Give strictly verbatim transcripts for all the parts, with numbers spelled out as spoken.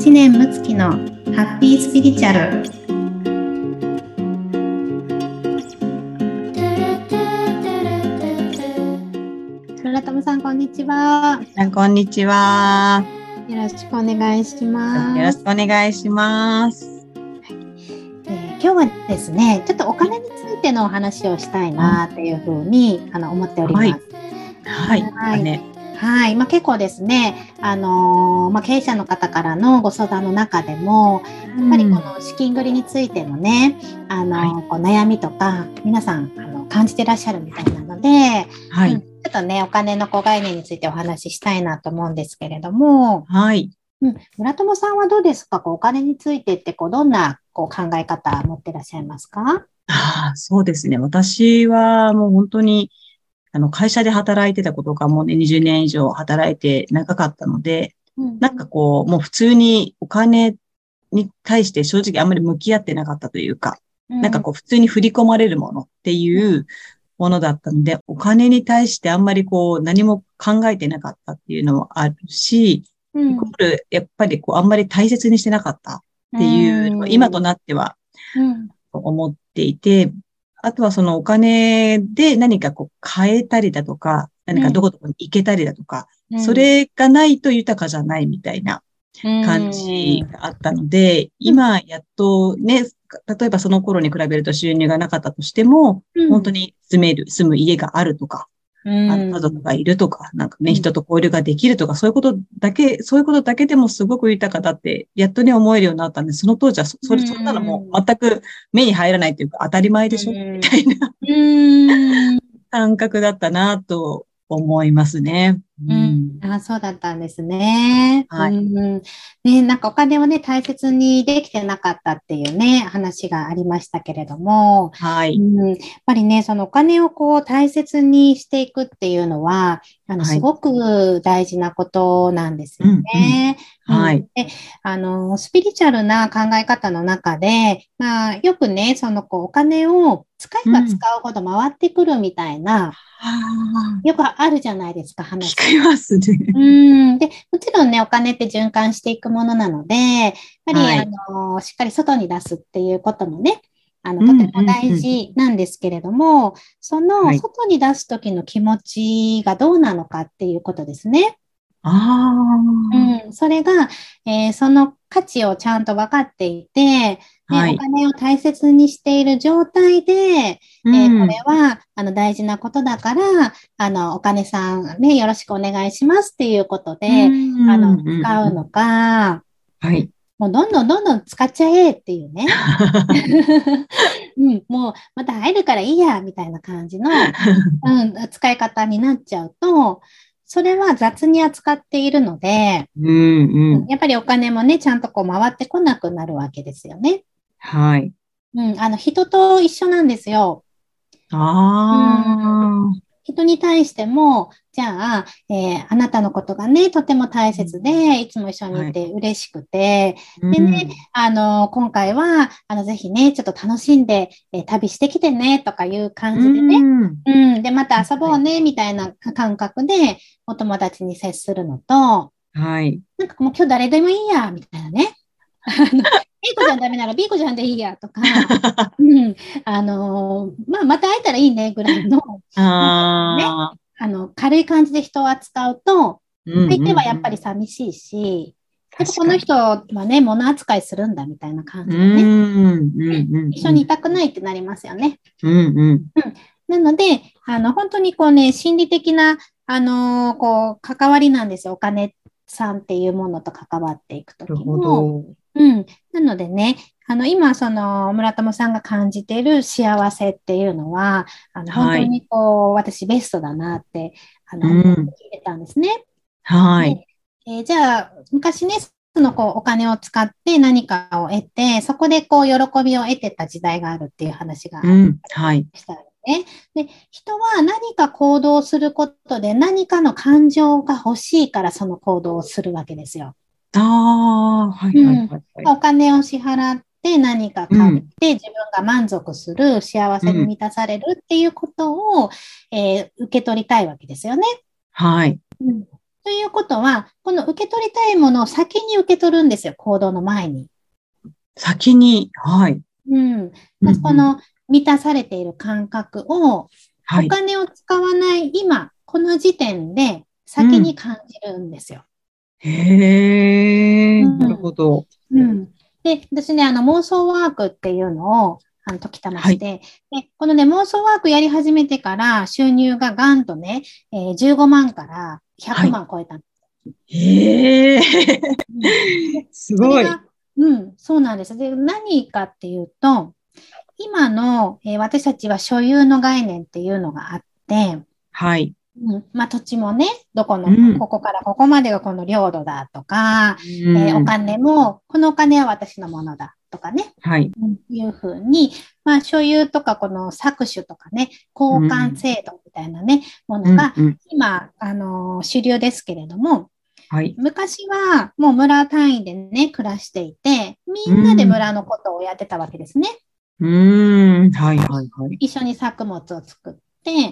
知念睦月のハッピースピリチュアル。村友さん、こんにちは。 こんにちは。 よろしくお願いします。 よろしくお願いします。 えー、今日はですね、ちょっとお金についてのお話をしたいなっていうふうにあの思っております。 はい。はい。ね、 はい。まあ、結構ですね、あのーまあ、経営者の方からのご相談の中でも、やっぱりこの資金繰りについてのね、あのーはい、こう悩みとか皆さんあの感じてらっしゃるみたいなので、はいうん、ちょっとねお金のこう概念についてお話ししたいなと思うんですけれども、 はいうん、村友さんはどうですか？こうお金についてってこうどんなこう考え方持ってらっしゃいますか？ ああ、そうですね。私はもう本当にあの会社で働いてたことがもうねにじゅうねん以上働いて長かったので、うん、なんかこうもう普通にお金に対して正直あんまり向き合ってなかったというか、うん、なんかこう普通に振り込まれるものっていうものだったので、お金に対してあんまりこう何も考えてなかったっていうのもあるし、うん、イコールやっぱりこうあんまり大切にしてなかったっていうのが今となっては思っていて、あとはそのお金で何かこう買えたりだとか、何かどこどこに行けたりだとか、うん、それがないと豊かじゃないみたいな感じがあったので、うん、今やっとね、例えばその頃に比べると収入がなかったとしても、うん、本当に住める、住む家があるとか、うん、あの家族がいるとか、なんかね、人と交流ができるとか、そういうことだけ、そういうことだけでもすごく豊かだって、やっとね、思えるようになったんで、その当時はそ、それ、そんなのもう全く目に入らないというか、当たり前でしょ、みたいな感覚だったなと思いますね。 うん、あ、そうだったんですね。 はい。 うんね、なんかお金をね、大切にできてなかったっていうね、話がありましたけれども、 はい。 うん、やっぱりね、そのお金をこう大切にしていくっていうのは、あの、すごく大事なことなんですよね。 うんうん、はい。 で、あの、スピリチュアルな考え方の中で、まあ、よくね、そのこうお金を使えば使うほど回ってくるみたいな、うん、よくあるじゃないですか、話。 聞きますね。 うんで、もちろんね、お金って循環していくものなので、やっぱり、はい、あの、しっかり外に出すっていうこともね、あの、とても大事なんですけれども、うんうんうん、その外に出すときの気持ちがどうなのかっていうことですね。 あうん、それが、えー、その価値をちゃんと分かっていて、ね、はい、お金を大切にしている状態で、えー、これはあの大事なことだから、あのお金さん、ね、よろしくお願いしますっていうことで、あの使うのか、 はい、 もうどんどんどんどん使っちゃえっていうね、うん、もうまた入るからいいやみたいな感じの、うん、使い方になっちゃうと、それは雑に扱っているので、 うんうん、 やっぱりお金もね、ちゃんとこう回ってこなくなるわけですよね。 はい。 うん、あの人と一緒なんですよ。 ああ。 人に対しても、じゃあ、えー、あなたのことがね、とても大切で、いつも一緒にいて嬉しくて、はい、でね、あの、今回は、あの、ぜひね、ちょっと楽しんで、えー、旅してきてね、とかいう感じでね、うん、で、また遊ぼうね、みたいな感覚で、お友達に接するのと、 はい。 なんかもう今日誰でもいいや、みたいなね。A 子ちゃんダメなら B 子ちゃんでいいやとか、うん、あのー、まあ、また会えたらいいねぐらいの、 あね、あの軽い感じで人を扱うと、相手はやっぱり寂しいし、やっぱこの人はね、物扱いするんだみたいな感じでね、一緒にいたくないってなりますよね。 うんうんうん、 なので、あの本当にこうね、心理的な、あのー、こう関わりなんですよ、お金さんっていうものと関わっていくときも。うん、なのでね、あの今、その村友さんが感じている幸せっていうのは、あの本当にこう、はい、私、ベストだなってあの思って聞いてたんですね。 はい。 えー、じゃあ、昔ね、そのこうお金を使って何かを得て、そこでこう喜びを得てた時代があるっていう話がありましたよね。で、人は何か行動することで何かの感情が欲しいからその行動をするわけですよ。 ああ、はいはいはい、はい、 うん。お金を支払って何か買って、自分が満足する、幸せに満たされるっていうことを、うん、えー、受け取りたいわけですよね。 はい。 うんということは、この受け取りたいものを先に受け取るんですよ、行動の前に。 先に、はい。 うん。 うんうん、 この満たされている感覚を、 はい。 お金を使わない今、この時点でうん。 先に感じるんですよ。 へえ、なるほうん。 ど。 うん。で、私ね、あの、妄想ワークっていうのを、あの、時たまはい。 して、で、このね、妄想ワークやり始めてから収入がガンとね、えーじゅうごまんから100 はい。 万超えた。 へえ、 うん。で、 すごい。 それが、うん、そうなんです。で、何かっていうと、今の、えー私たちは所有の概念っていうのがあって、 はい。 うん、まあ土地もね、どこの、 うん。 ここからここまでがこの領土だとか、 うえーおん。 金も、このお金は私のものだとかね、 はい。 うんいうふうに、まあ所有とかこの搾取とかね、交換うん。 制度みたいなね、もうん。 のがうん。 今、あのー主流ですけれども、 はい。 昔はもう村単位でね、暮らしていて、みうんなでん。 村のことをやってたわけですね。 うん。はい。はい。はい。 一緒に作物を作って、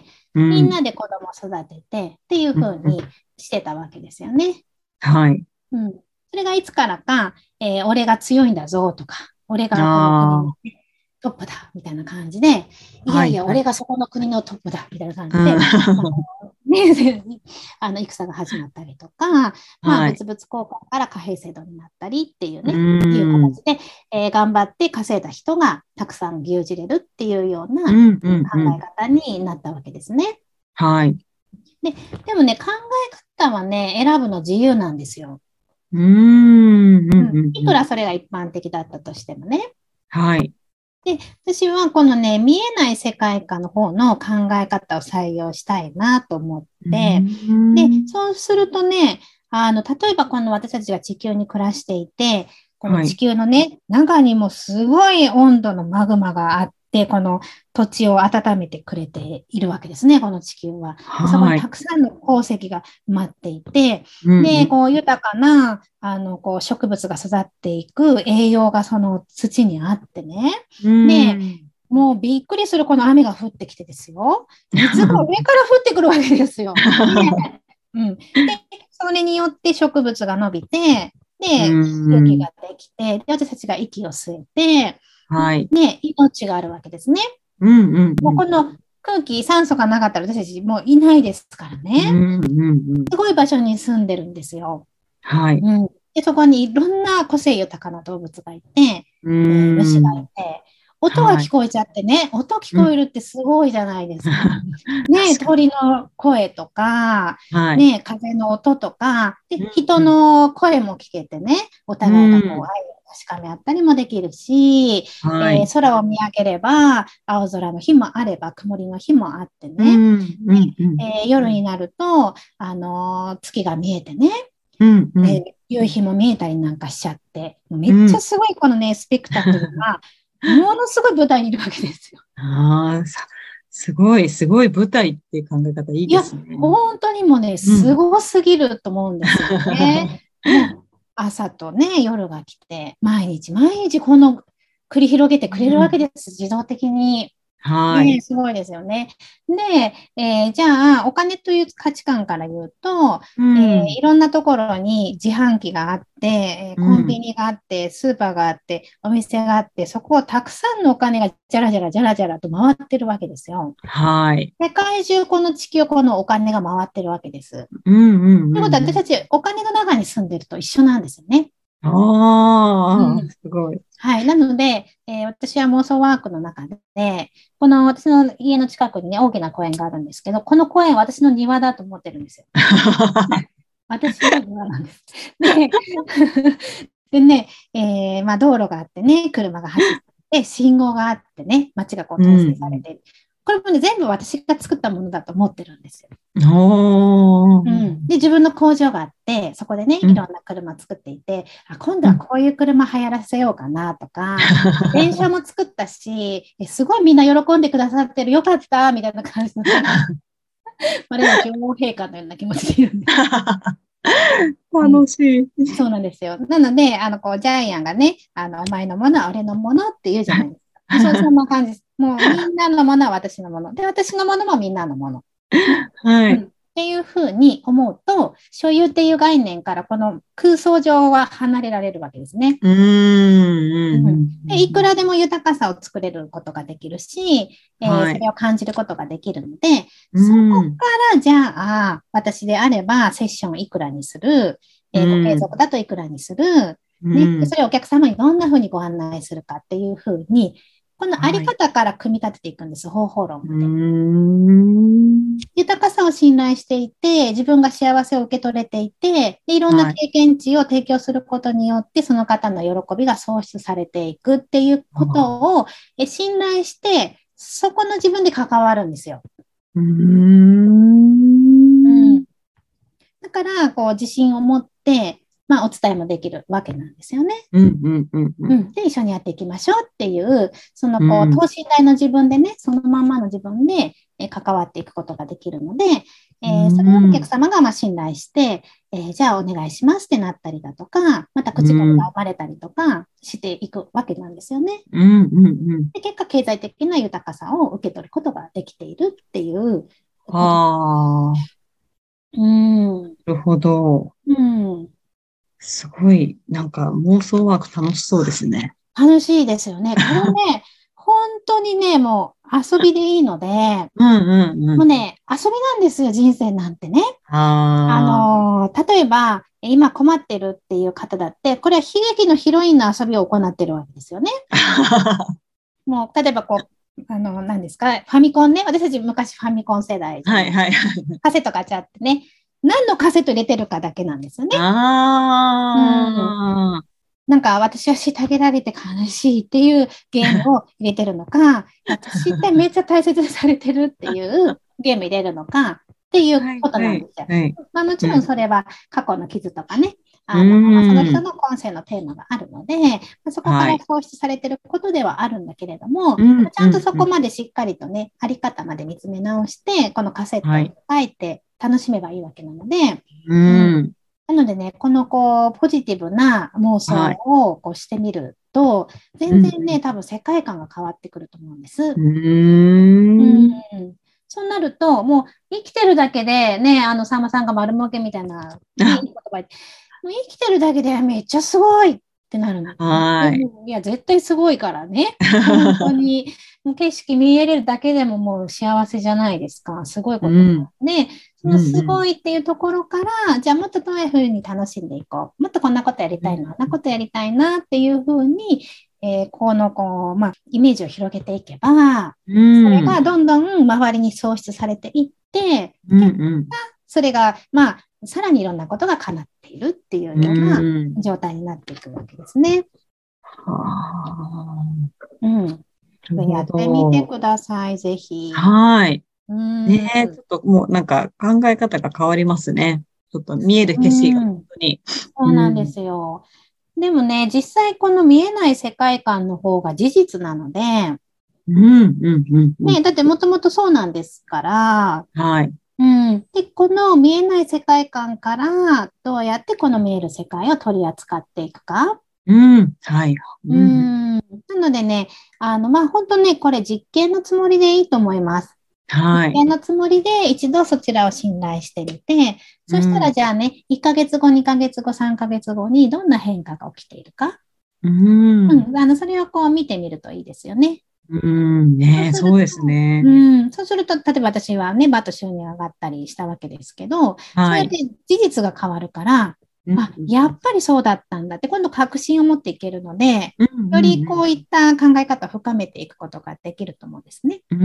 うん。 みんなで子供を育ててっていううん。 風にしてたわけですよね。 はい。 うん。それがいつからか、えー俺が強いんだぞとか、俺がこの国のあトップだみたいな感じで、 あ。 いやいや、 はい。はい。 俺がそこの国のトップだみたいな感うん。 じで、あのね、あの戦が始まったりとか、まあ、 はい。 物々交換から貨幣制度になったりっていううね、いうん。 形で、えー頑張って稼いだ人がたくさん牛耳れるっていうような、 うん。うえー考ん。うん。 え方になったわけですね。 はい。 で、でもね、考え方はね、選ぶの自由なんですよ。 うーん。うん。 うん。 うん。うん。 いくらそれが一般的だったとしてもね。 はい。 で、私はこのね、見えない世界観の方の考え方を採用したいなと思っうーて、で、 ん。 そうするとね、あの、例えばこの私たちが地球に暮らしていて、この地はい。 球のね、中にもすごい温度のマグマがあって、この土地を温めてくれているわけですね、この地球は。で、そこにはい。 たくさんの鉱石が埋まっていて、 うん。うで、 ん。 こう豊かなあのこう植物が育っていく栄養がその土にあってね。 うで、 ん。 もうびっくりするこの雨が降ってきてですよ。水が上から降ってくるわけですよ。で、うん。で、それによって植物が伸びて、 うで、空気ん。 ができて、で、私たちが息を吸えて、 はい。 で、命があるわけですね。 うん。うん。うん。 もうこの空気、酸素がなかったら私たちもういないですからね。 うん。うん。うん。 すごい場所に住んでるんですよ。 はい。 うん。で、そこにいろんな個性豊かな動物がいて、 うえー虫がいん。 て、音がはい。 聞こえちゃってね、音聞うん。 こえるってすごいじゃないですか。ね、 確かに。 鳥の声とか、 はい。 ね、風の音とか、で、 う人ん。 の声も聞けてね、おう互いがこうん。 愛を確かめ合ったりもできるし、えーはい。 空を見上げれば、青空の日もあれば、曇りの日もあってうね、 ん。うん。うん。 えー夜になると、あのー月が見えてね、 うん。うん。 で、夕日も見えたりなんかしちゃって、もうめうん。 っちゃすごいこのね、スペクタクルな、ものすごい舞台にいるわけですよ。 ああ、さ、すごい、すごい舞台っていう考え方いいいや、 ですね。 本当にもうね、 うん。 すごすぎると思うんですよね。もう朝とね、夜が来て、毎日毎日この繰り広げてうくれるわけん。 です、自動的に。ねえ、 はい。 すごいですよね。で、えーじゃあ、お金という価値観から言うと、 うえーん。 いろんなところに自販機があって、えーうん。 コンビニがあって、スーパーがあって、お店があって、そこをたくさんのお金がじゃらじゃらじゃらじゃらと回ってるわけですよ。 はい。 世界中この地球、このお金が回ってるわけです。 うん。うん。 ということは、 うん。うん。 私たちお金の中に住んでると一緒なんですよね。うああ、 ん。 すごい。 はい。なので、えー私は妄想ワークの中で、この私の家の近くにね、大きな公園があるんですけど、この公園は私の庭だと思ってるんですよ。私の庭なんです。で、でね、えーまあ、道路があってね、車が走って、信号があってね、街がこうう統制されん。 ている。これもね、全部私が作ったものだと思ってるんですよ。 うん。おうん、 ー。 で、自分の工場があって、そこでね、 うん。 いろんな車作っていて、あ、今度うん。 はこういう車流行らせようかなとか、電車も作ったし、えすごいみんな喜んでくださってる、よかったみたいな感じのね、あれは女王陛下のような気持ちでいるんです。うん、 楽しい。 そうなんですよ。なので、あのこうジャイアンがね、あのお前のものは俺のものって言うじゃないですか。もうそそんな感じです。もうみんなのものは私のもの。で、私のものもみんなのもの。ね。 はい。 うん。 っていうふうに思うと、所有っていう概念からこの空想上は離れられるわけですね。 うん。 で、いくらでも豊かさを作れることができるし、えーはい、 それを感じることができるので、 うそこん。 からじゃあ、私であればセッションいくらにする、えーご継続だといくらにする、ね、でそれをお客様にどんなふうにご案内するかっていうふうに、このあり方から組み立てていくんです、方法論まで。豊かさを信頼していて、自分が幸せを受け取れていて、でいろんな経験値を提供することによって、その方の喜びが創出されていくっていうことをえ信頼して、そこの自分で関わるんですよ。 うーんうん、 だから、こう、自信を持って、まあ、お伝えもできるわけなんですよね。 うんうんうんうん、 で、一緒にやっていきましょうっていう、その、こう、等身大の自分でね、そのまんまの自分で、えー、関わっていくことができるので、えー、それをお客様がまあ信頼して、えー、じゃあお願いしますってなったりだとか、また口コミが生まれたりとかしていくわけなんですよね。 うんうんうん、 で結果、経済的な豊かさを受け取ることができているっていうこと。 ああ、 うん。 なるほど。 うん。 すごい、なんか妄想ワーク楽しそうですね。 楽しいですよね。これね、本当にね、もう遊びでいいので、 うんうんうん。 もうね、遊びなんですよ、人生なんてね。ああのー、例えば、今困ってるっていう方だって、これは悲劇のヒロインの遊びを行ってるわけですよね。 あ。 もう、例えばこう、あの、何ですか、ファミコンね、私たち昔ファミコン世代じゃないはいはい。 カセットガチャってね、何のカセット入れてるかだけなんですよね。うん。 ああ。 なんか私は虐げられて悲しいっていうゲームを入れてるのか、私ってめっちゃ大切にされてるっていうゲーム入れるのかっていうはいことはいなんですよ。 はい。 まあ、もちろんうん。 それは過去の傷とかね、 うあのまあ、その人ん。 の今世のテーマがあるので、まあ、そこからはい。 創出されてることではあるんだけれども、 うん、 ちゃんとうん、うん。 そこまでしっかりとね、あり方まで見つめ直して、このカセットをはい。 書いて楽しめばいいわけなので、 ううん、 ん。 なのでね、このこうポジティブな妄想はい。 をこうしてみると、 うん、 全然ね、多分世界観が変わってくると思うんです。 うん。 うん、 うーん。 そうなると、もう生きてるだけで、ね、あのさんまさんが丸儲けみたいな、ね、いい言葉言って、もう生きてるだけでめっちゃすごいってなるの。 はい。 いや、絶対すごいからね。本当に、もう景色見えるだけでももう幸せじゃないですか。すごいことだうん。 ね。そうん、 のすうん。 ごいっていうところから、じゃあもっとどういうふうに楽しんでいこう。もっとこんなことやりたいな、あんなことやりたいなっていうふうに、えーこのこう、まあ、イメージを広げていけば、 うそれがん。 どんどん周りに創出されていって、 うん、うん。 それが、まあ、さらにいろんなことが叶っているっていううようなん。 状態になっていくわけですね。 はあ。 うん。 なるほやってみてど。 ください、ぜひ。 はい。 うん。 ねえ、ちょっともうなんか考え方が変わりますね。ちょっと見えるう景色が本ん。 当に。 そうなんでうん。 すよ。でもね、実際この見えない世界観の方が事実なので、 うん、うん、うん、うん。 ね、だってもともとそうなんですから、 はい。 うん。で、この見えない世界観からどうやってこの見える世界を取り扱っていくか。 うん、はい。 ううん、 ん。なのでね、あの、まあ、本当ね、これ実験のつもりでいいと思います。実はい。 験のつもりで一度そちらを信頼してみて、そしたらうん、 じゃあね、いっかげつご、にかげつご、さんかげつごにどんな変化が起きているか。 うん、 うん。あの、それをこう見てみるといいですよね。 うん、 そうねえ、 すると、 そうですね。 うん、そうすると、例えば私はね、バット収入上がったりしたわけですけど、そうはい。 やって事実が変わるから、 うん、 あ、やっぱりそうだったんだって、今度確信を持っていけるので、 うん、 よりうん、 こういった考え方を深めていくことができると思うんですね。 うん、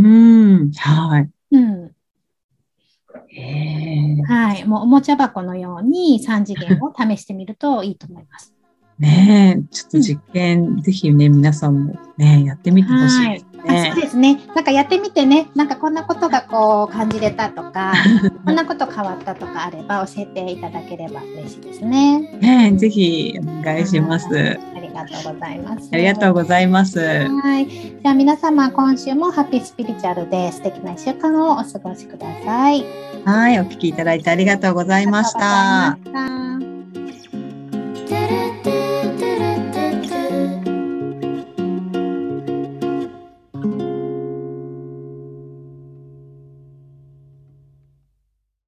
うん、はい。 うん。 ええ、 はい。もうおもちゃ箱のようにさん次元を試してみるといいと思います。 ねえ、ちょっとうん。 実験、ぜひね、皆さんもね、やってみてほしいですはい。あ、そうね。 ですね。なんかやってみてね、なんかこんなことがこう感じれたとか、こんなこと変わったとかあれば教えていただければ嬉しいですね。 ねえ、ぜひお願いしはます。 い。ありがとうございます。 ありがとうございます。 はい。じゃあ皆様、今週もハッピースピリチュアルで素敵ないっしゅうかんをお過ごしください。 はい、お聞きいただいてありがとうございましありがとうございまた。 した。